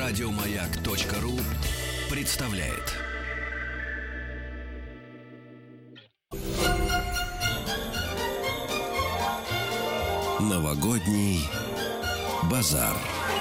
Радиомаяк.ру представляет. Новогодний базар.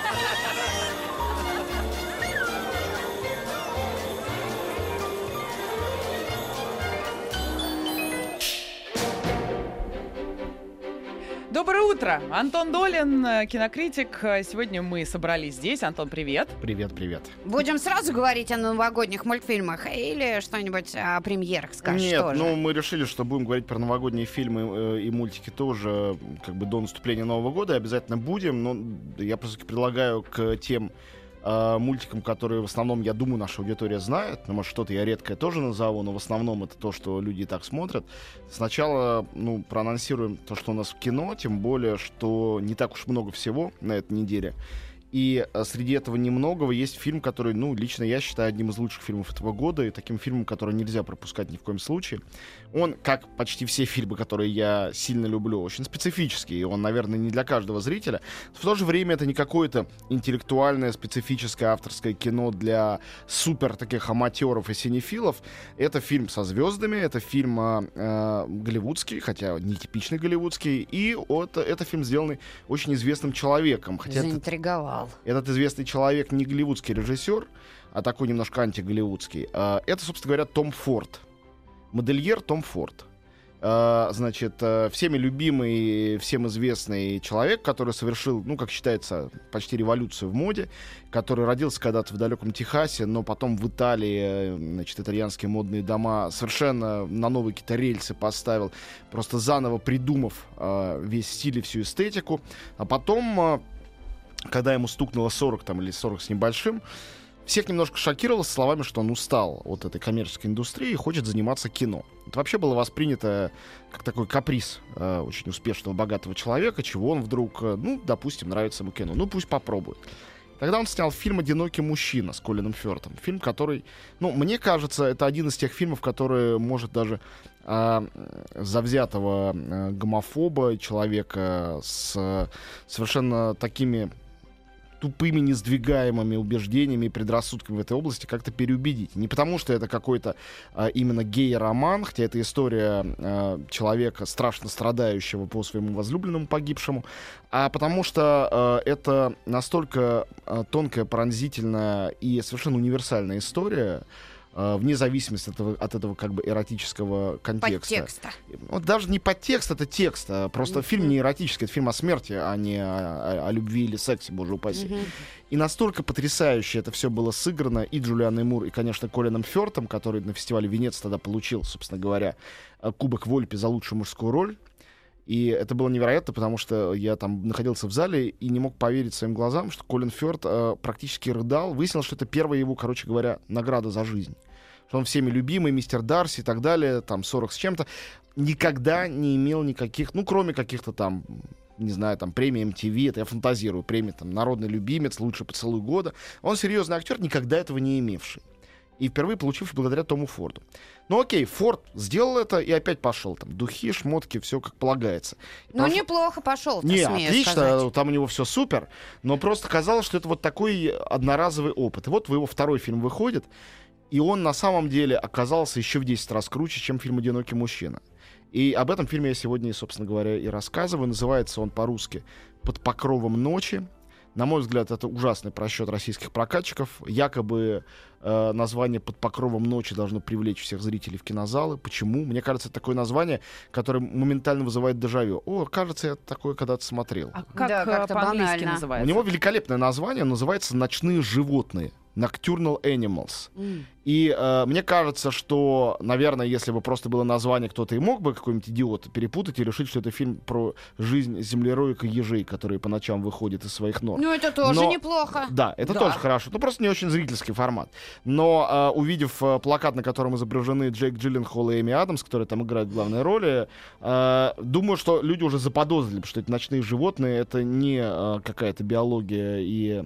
Доброе утро! Антон Долин, кинокритик. Сегодня мы собрались здесь. Антон, привет. Привет. Будем сразу говорить о новогодних мультфильмах или что-нибудь о премьерах скажешь? Нет, тоже? мы решили, что будем говорить про новогодние фильмы и мультики тоже как бы до наступления Нового года. И обязательно будем, но я просто предлагаю к тем мультикам, которые в основном, я думаю, наша аудитория знает. Ну, может, что-то я редкое тоже назову, но в основном это то, что люди и так смотрят. Сначала, проанонсируем то, что у нас в кино, тем более, что не так уж много всего на этой неделе. И среди этого немногого есть фильм, который, лично я считаю одним из лучших фильмов этого года, и таким фильмом, который нельзя пропускать ни в коем случае. Он, как почти все фильмы, которые я сильно люблю, очень специфический, и он, наверное, не для каждого зрителя. В то же время это не какое-то интеллектуальное, специфическое авторское кино для супер таких аматеров и синефилов. Это фильм со звездами, это фильм голливудский, хотя не типичный голливудский, и это фильм, сделанный очень известным человеком. Заинтриговал. Этот известный человек не голливудский режиссер, а такой немножко антиголливудский. Это, собственно говоря, Том Форд. Модельер Том Форд. Всеми любимый, всем известный человек, который совершил, как считается, почти революцию в моде, который родился когда-то в далеком Техасе, но потом в Италии, итальянские модные дома совершенно на новые какие-то рельсы поставил, просто заново придумав весь стиль и всю эстетику. А потом, когда ему стукнуло 40 или 40 с небольшим, всех немножко шокировало словами, что он устал от этой коммерческой индустрии и хочет заниматься кино. Это вообще было воспринято как такой каприз очень успешного, богатого человека, чего он вдруг, допустим, нравится ему кино. Пусть попробует. Тогда он снял фильм «Одинокий мужчина» с Колином Фёртом. Фильм, который, мне кажется, это один из тех фильмов, который может даже завзятого гомофоба, человека с совершенно такими тупыми, несдвигаемыми убеждениями и предрассудками в этой области как-то переубедить. Не потому, что это какой-то именно гей-роман, хотя это история человека, страшно страдающего по своему возлюбленному погибшему, а потому что это настолько тонкая, пронзительная и совершенно универсальная история, вне зависимости от этого как бы эротического контекста. Подтекста. Даже не подтекст, это текст. Просто фильм не эротический, это фильм о смерти, а не о любви или сексе, боже упаси. И настолько потрясающе это все было сыграно и Джулианной Мур, и, конечно, Колином Фёртом, который на фестивале Венеции тогда получил, собственно говоря, Кубок Вольпи за лучшую мужскую роль. И это было невероятно, потому что я там находился в зале и не мог поверить своим глазам, что Колин Фёрд практически рыдал. Выяснилось, что это первая его, награда за жизнь. Что он всеми любимый, мистер Дарси и так далее, 40 с чем-то, никогда не имел никаких, кроме каких-то премии MTV, это я фантазирую, премии «Народный любимец», «Лучший поцелуй года». Он серьезный актер, никогда этого не имевший. И впервые получивший благодаря Тому Форду. Окей, Форд сделал это и опять пошел. Духи, шмотки, все как полагается. Неплохо пошел, не, смею отлично, сказать. там у него все супер. Но просто казалось, что это вот такой одноразовый опыт. И вот его второй фильм выходит, и он на самом деле оказался еще в 10 раз круче, чем фильм «Одинокий мужчина». И об этом фильме я сегодня, собственно говоря, и рассказываю. Называется он по-русски «Под покровом ночи». На мой взгляд, это ужасный просчет российских прокатчиков. Якобы название «Под покровом ночи» должно привлечь всех зрителей в кинозалы. Почему? Мне кажется, это такое название, которое моментально вызывает дежавю. Кажется, я такое когда-то смотрел. А как как-то по-английски банально. называется? У него великолепное название, называется «Ночные животные». Nocturnal Animals. И мне кажется, что, наверное, если бы просто было название, кто-то и мог бы, какой-нибудь идиот, перепутать и решить, что это фильм про жизнь землероек и ежей, которые по ночам выходят из своих нор. Это тоже неплохо. Да, это тоже хорошо. Просто не очень зрительский формат. Но увидев плакат, на котором изображены Джейк Джилленхол и Эми Адамс, которые там играют главные роли, думаю, что люди уже заподозрили, что эти ночные животные — это не какая-то биология и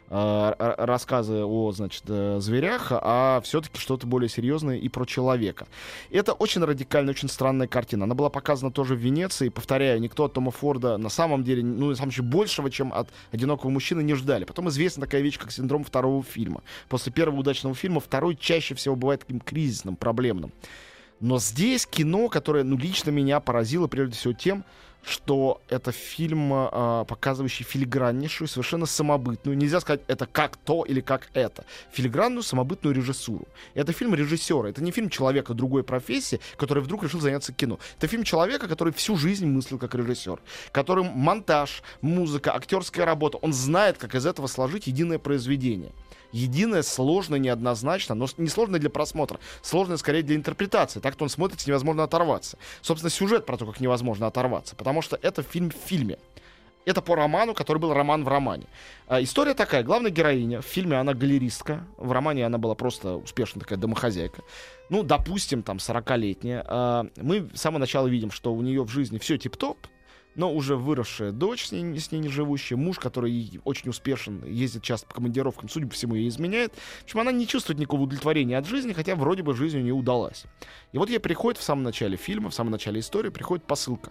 рассказы о, значит, зверях, а все-таки что-то более серьезное и про человека. Это очень радикальная, очень странная картина. Она была показана тоже в Венеции. Повторяю, никто от Тома Форда на самом деле, ну, на самом деле, большего, чем от «Одинокого мужчины» не ждали. Потом известна такая вещь, как синдром второго фильма. После первого удачного фильма второй чаще всего бывает таким кризисным, проблемным. Но здесь кино, которое, ну, лично меня поразило прежде всего тем, что это фильм, показывающий филиграннейшую, совершенно самобытную, нельзя сказать, это как то или как это, филигранную, самобытную режиссуру. Это фильм режиссера, это не фильм человека другой профессии, который вдруг решил заняться кино. Это фильм человека, который всю жизнь мыслил как режиссер, которым монтаж, музыка, актерская работа, он знает, как из этого сложить единое произведение. Единое, сложное, неоднозначно, но не сложное для просмотра, сложное скорее для интерпретации. Так-то он смотрится, невозможно оторваться. Собственно, сюжет про то, как невозможно оторваться, потому что это фильм в фильме. Это по роману, который был роман в романе. История такая. Главная героиня, в фильме она галеристка, в романе она была просто успешная такая домохозяйка. Ну, допустим, там, 40-летняя. Мы с самого начала видим, что у нее в жизни все тип-топ, но уже выросшая дочь, с ней не живущая, муж, который очень успешен, ездит часто по командировкам, судя по всему, ей изменяет. В общем, она не чувствует никакого удовлетворения от жизни, хотя вроде бы жизнь у нее удалась. И вот ей приходит в самом начале фильма, в самом начале истории, приходит посылка.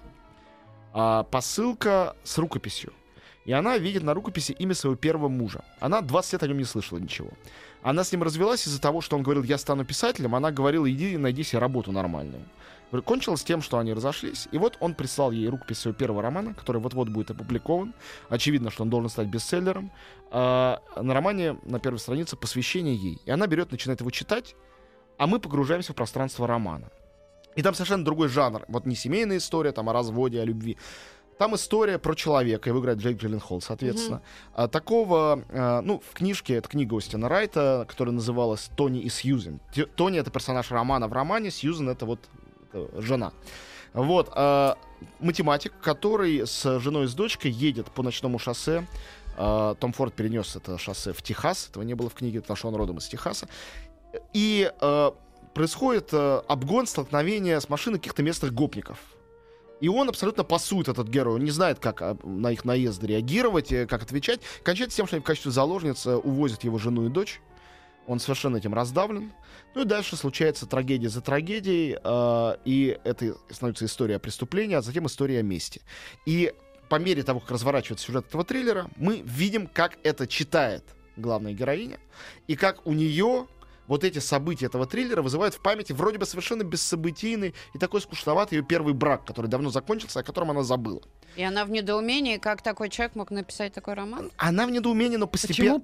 Посылка с рукописью. И она видит на рукописи имя своего первого мужа. Она 20 лет о нем не слышала ничего. Она с ним развелась из-за того, что он говорил, я стану писателем. Она говорила, иди найди себе работу нормальную. Кончилось тем, что они разошлись. И вот он прислал ей рукопись своего первого романа, который вот-вот будет опубликован. Очевидно, что он должен стать бестселлером. На романе на первой странице посвящение ей. И она берет, начинает его читать, а мы погружаемся в пространство романа. И там совершенно другой жанр. Вот не семейная история, там о разводе, о любви. Там история про человека, его играет Джейк Джилленхол, соответственно. Такого, ну, в книжке, это книга Остина Райта, которая называлась «Тони и Сьюзен». Тони — это персонаж романа в романе, Сьюзен — это вот жена. Вот, математик, который с женой и с дочкой едет по ночному шоссе. Том Форд перенес это шоссе в Техас, этого не было в книге, потому что он родом из Техаса. И происходит обгон, столкновение с машиной каких-то местных гопников. И он абсолютно пасует, этот герой. Он не знает, как на их наезды реагировать, как отвечать. Кончается тем, что они в качестве заложниц увозят его жену и дочь. Он совершенно этим раздавлен. Ну и дальше случается трагедия за трагедией. И это становится история о преступлении, а затем история о мести. И по мере того, как разворачивается сюжет этого триллера, мы видим, как это читает главная героиня. И как у нее вот эти события этого триллера вызывают в памяти вроде бы совершенно бессобытийный и такой скучноватый ее первый брак, который давно закончился, о котором она забыла. И она в недоумении, как такой человек мог написать такой роман? Она в недоумении, но постепенно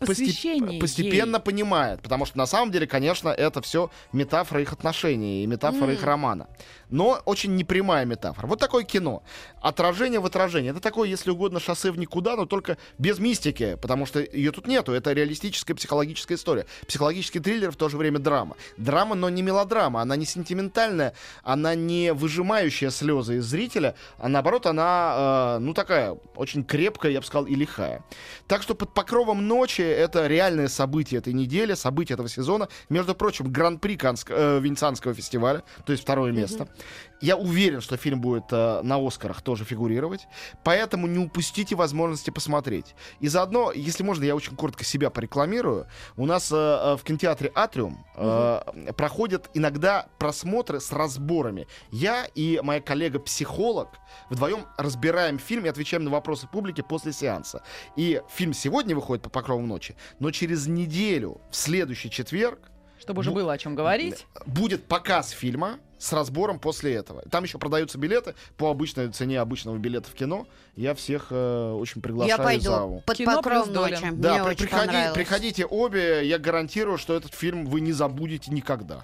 понимает. Потому что на самом деле, конечно, это все метафора их отношений и метафора их романа. Но очень непрямая метафора. Вот такое кино. Отражение в отражении. Это такое, если угодно, шоссе в никуда, но только без мистики, потому что ее тут нету. Это реалистическая психологическая история. Психологический триллер, в то же время драма. Драма, но не мелодрама. Она не сентиментальная, она не выжимающая слезы из зрителя, а наоборот, она, ну, такая очень крепкая, я бы сказал, и лихая. Так что «Под покровом ночи» — это реальное событие этой недели, событие этого сезона. Между прочим, гран-при Венецианского фестиваля, то есть второе место. Я уверен, что фильм будет на «Оскарах» тоже фигурировать, поэтому не упустите возможности посмотреть. И заодно, если можно, я очень коротко себя порекламирую. У нас в кинотеатре «Атриум» проходят иногда просмотры с разборами. Я и моя коллега-психолог вдвоем разбираем фильм и отвечаем на вопросы публики после сеанса. И фильм сегодня выходит «Под покровом ночи», но через неделю, в следующий четверг, чтобы уже было о чем говорить, будет показ фильма с разбором после этого. Там еще продаются билеты по обычной цене обычного билета в кино. Я всех очень приглашаю в залу. Я пойду. «Под покровом ночи». Да, приходите обе. Я гарантирую, что этот фильм вы не забудете никогда.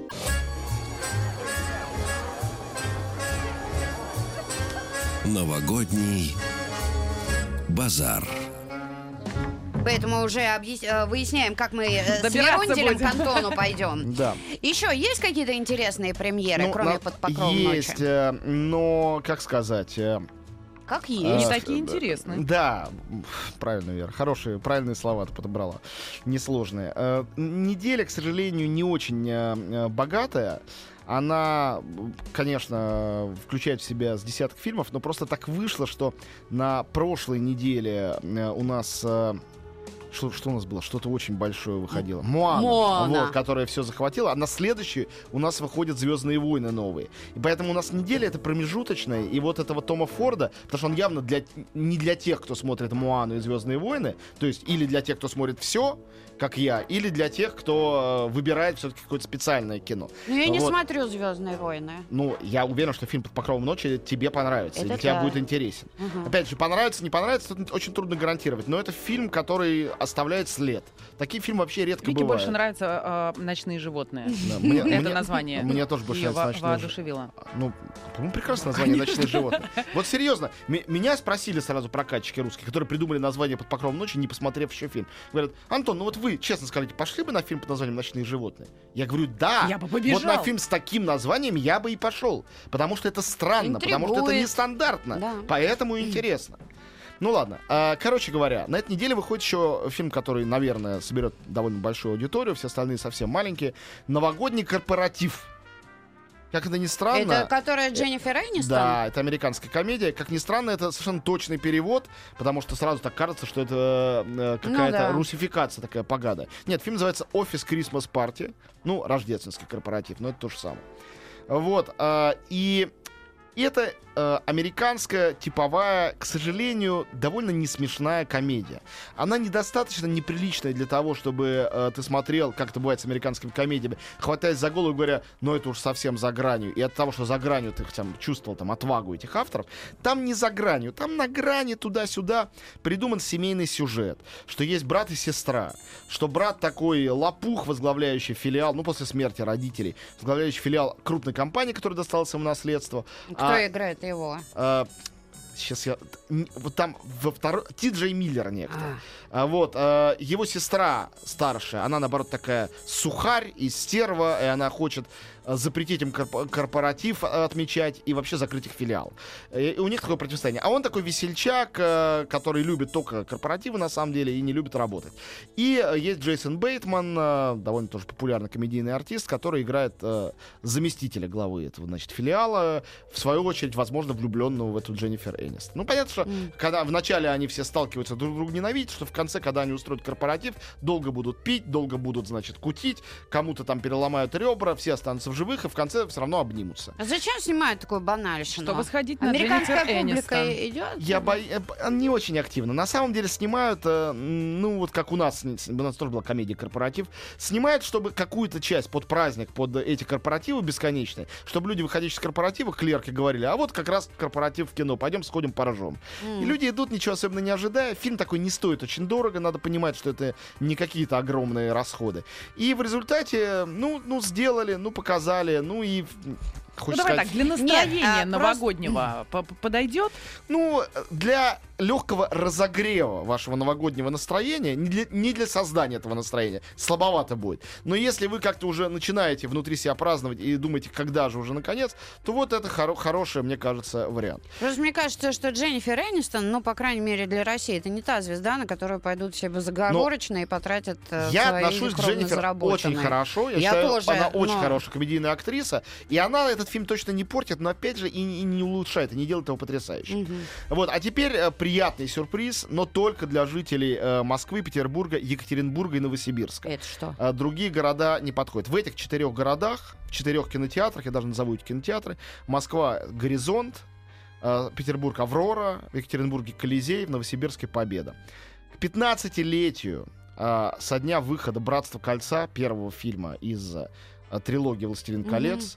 Новогодний базар. Поэтому уже выясняем, как мы с Верунделем к Антону пойдем. Да. Еще есть какие-то интересные премьеры, кроме «Под покровом ночи»? Есть, но, как сказать... Как есть. Не такие интересные. Да, правильно, Вера. Хорошие, правильные слова ты подобрала. Несложные. Неделя, к сожалению, не очень богатая. Она, конечно, включает в себя с десяток фильмов, но просто так вышло, что на прошлой неделе у нас Что у нас было? Что-то очень большое выходило. Моана. Моана. Вот, которая все захватила. А на следующий у нас выходят «Звездные войны» новые. И поэтому у нас неделя это промежуточная. И вот этого Тома Форда, потому что он явно не для тех, кто смотрит Моану и «Звездные войны», то есть или для тех, кто смотрит все, как я, или для тех, кто выбирает все-таки какое-то специальное кино. Ну, я не Вот. смотрю «Звездные войны». Ну, я уверен, что фильм «Под покровом ночи» тебе понравится, Это или тебе да. будет интересен. Мгм. Опять же, понравится, не понравится, тут очень трудно гарантировать. Но это фильм, который оставляет след. Такие фильмы вообще редко Вике бывают. больше нравятся «Ночные животные». Да, мне- Это мне- название. Мне тоже больше Её нравится «Ночные воодушевило. Ну, по-моему, прекрасное название «Ночные животные». Вот серьезно, меня спросили сразу прокатчики русские, которые придумали название «Под покровом ночи», не посмотрев еще фильм. Говорят: Антон, ну вот вы, честно скажите, пошли бы на фильм под названием «Ночные животные»? Я говорю: да. Я бы побежал. Вот на фильм с таким названием я бы и пошел. Потому что это странно, потому что это Интригует. нестандартно. Да. Поэтому интересно. Ну ладно. Короче говоря, на этой неделе выходит еще фильм, который, наверное, соберет довольно большую аудиторию. Все остальные совсем маленькие. «Новогодний корпоратив». Как это ни странно... Это которая Дженнифер Энистон? Да, это американская комедия. Как ни странно, это совершенно точный перевод, потому что сразу так кажется, что это какая-то да. русификация такая поганая. Нет, фильм называется «Офис Christmas Party». Ну, рождественский корпоратив, но это то же самое. Вот. И это американская, типовая, к сожалению, довольно несмешная комедия. Она недостаточно неприличная для того, чтобы ты смотрел, как это бывает с американскими комедиями, хватаясь за голову и говоря: ну это уж совсем за гранью. И от того, что за гранью ты там чувствовал там отвагу этих авторов, там не за гранью, там на грани туда-сюда придуман семейный сюжет, что есть брат и сестра, что брат такой лопух, возглавляющий филиал, ну после смерти родителей, возглавляющий филиал крупной компании, которая досталась ему наследство. Кто играет его? Сейчас я... Вот там во второй... Ти-Джей Миллер некто. Вот. Его сестра старшая, она, наоборот, такая сухарь и стерва, и она хочет запретить им корпоратив отмечать и вообще закрыть их филиал. И у них такое противостояние. А он такой весельчак, который любит только корпоративы, на самом деле, и не любит работать. И есть Джейсон Бейтман, довольно тоже популярный комедийный артист, который играет заместителя главы этого, значит, филиала, в свою очередь, возможно, влюбленного в эту Дженнифер Энистон. Ну, понятно, что когда вначале они все сталкиваются, друг друга ненавидят, что в конце, когда они устроят корпоратив, долго будут пить, долго будут, значит, кутить, кому-то там переломают ребра, все останутся в живых, и в конце все равно обнимутся. А зачем снимают такую банальщину? Чтобы сходить на Американская Дженнифер публика Энистон. идет? Не очень активно. На самом деле снимают, ну вот как у нас тоже была комедия «Корпоратив», снимают, чтобы какую-то часть под праздник, под эти корпоративы бесконечные, чтобы люди, выходящие с корпоратива, клерки говорили: а вот как раз корпоратив в кино, пойдем сходим поржем. И люди идут, ничего особенно не ожидая. Фильм такой не стоит очень дорого, надо понимать, что это не какие-то огромные расходы. И в результате, ну сделали, ну показали, ну и... Ну, давай так, для настроения Нет, новогоднего подойдет? Ну, для легкого разогрева вашего новогоднего настроения, не для создания этого настроения, слабовато будет. Но если вы как-то уже начинаете внутри себя праздновать и думаете, когда же уже наконец, то вот это хороший, мне кажется, вариант. Просто мне кажется, что Дженнифер Энистон, ну, по крайней мере, для России, это не та звезда, на которую пойдут все безоговорочно и потратят Я свои отношусь к кровно Дженнифер заработанные. очень хорошо. Я Я считаю, тоже, она очень но- хорошая комедийная актриса. И она этот фильм точно не портит, но опять же и не улучшает, и не делает его потрясающим. Вот, а теперь приятный сюрприз, но только для жителей Москвы, Петербурга, Екатеринбурга и Новосибирска. Это что? Другие города не подходят. В этих 4 городах, в 4 кинотеатрах, я даже назову эти кинотеатры: Москва — «Горизонт», Петербург — «Аврора», в Екатеринбурге — «Колизей», в Новосибирске — «Победа». К 15-летию со дня выхода «Братства кольца», первого фильма из трилогии «Властелин колец»,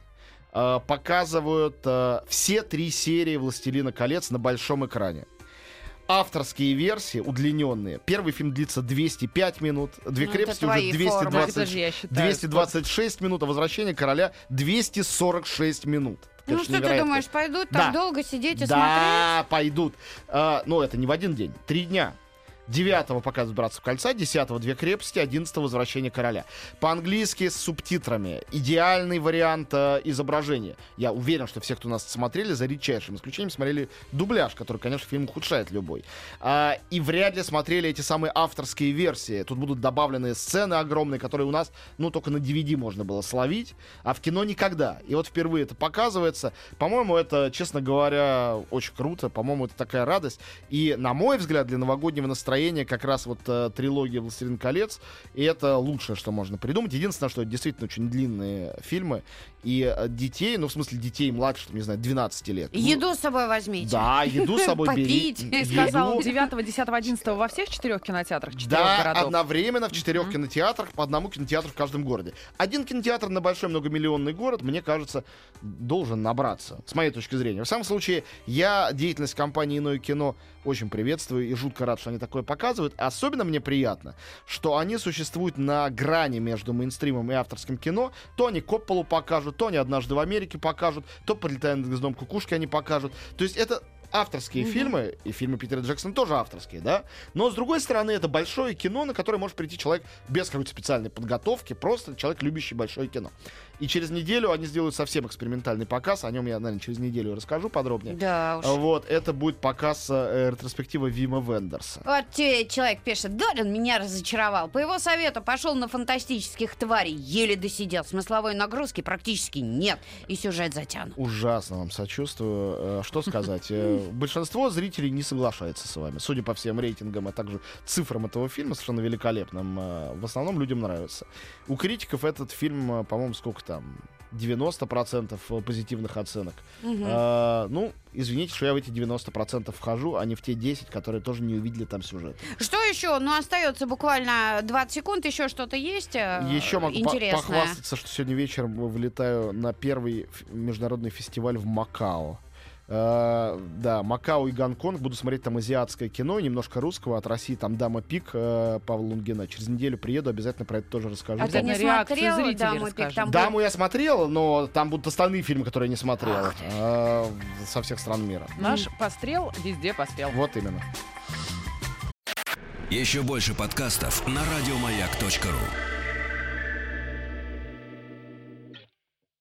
показывают все 3 серии «Властелина колец» на большом экране. Авторские версии, удлиненные. Первый фильм длится 205 минут. «Две Ну, крепости» это уже твои формы. Это же, я считаю, 226 минут, а «Возвращение короля» 246 минут. Ну, Конечно, что ты невероятно. думаешь, пойдут Да. так долго сидеть и смотреть? Да, пойдут. Но это не в один день. 3 дня. 9-го показывают «Братство кольца», 10-го «Две крепости», 11-го «Возвращение короля». По-английски с субтитрами. Идеальный вариант изображения. Я уверен, что все, кто нас смотрели, за редчайшим исключением, смотрели дубляж, который, конечно, фильм ухудшает любой. И вряд ли смотрели эти самые авторские версии. Тут будут добавлены сцены огромные, которые у нас, ну, только на DVD можно было словить, а в кино никогда. И вот впервые это показывается. По-моему, это, честно говоря, очень круто. По-моему, это такая радость. И, на мой взгляд, для новогоднего настроения настроение как раз вот трилогия «Властелин колец», и это лучшее, что можно придумать. Единственное, что это действительно очень длинные фильмы, и детей, ну, в смысле, детей младше, не знаю, 12 лет. Еду с собой возьмите. Да, еду с собой бери. Попить. Сказал 9, 10, 11 во всех 4 кинотеатрах, 4 Да, городов. одновременно в 4 кинотеатрах, по одному кинотеатру в каждом городе. Один кинотеатр на большой многомиллионный город, мне кажется, должен набраться, с моей точки зрения. В самом случае, я деятельность компании «Иное кино» очень приветствую и жутко рад, что они такое показывают. Особенно мне приятно, что они существуют на грани между мейнстримом и авторским кино. То они Копполу покажут, то они «Однажды в Америке» покажут, то «Прилетая над гнездом кукушки» они покажут. То есть это авторские фильмы, и фильмы Питера Джексона тоже авторские, да? Но, с другой стороны, это большое кино, на которое может прийти человек без какой-то специальной подготовки, просто человек, любящий большое кино. И через неделю они сделают совсем экспериментальный показ, о нем я, наверное, через неделю расскажу подробнее. Да уж. Вот, это будет показ ретроспектива Вима Вендерса. Вот человек пишет: Долин меня разочаровал. По его совету пошел на фантастических тварей. Еле досидел. Смысловой нагрузки практически нет. И сюжет затянут. Ужасно вам сочувствую. Что сказать? Большинство зрителей не соглашается с вами. Судя по всем рейтингам, а также цифрам этого фильма, совершенно великолепным, в основном людям нравится. У критиков этот фильм, по-моему, сколько там? 90% позитивных оценок. Ну, извините, что я в эти 90% вхожу, а не в те 10, которые тоже не увидели там сюжет. Что еще? Ну, остается буквально 20 секунд. Еще что-то есть Еще могу интересное? похвастаться, что сегодня вечером вылетаю на первый международный фестиваль в Макао. Да, Макао и Гонконг. Буду смотреть там азиатское кино, немножко русского. От России там «Дама Пик» Павла Лунгина. Через неделю приеду, обязательно про это тоже расскажу. А ты не реакцию смотрел зрителей «Даму Пик»? Там «Даму» я смотрел, но там будут остальные фильмы, которые я не смотрел. Со всех стран мира. Наш пострел везде поспел. Вот именно. Еще больше подкастов на радиомаяк.ру.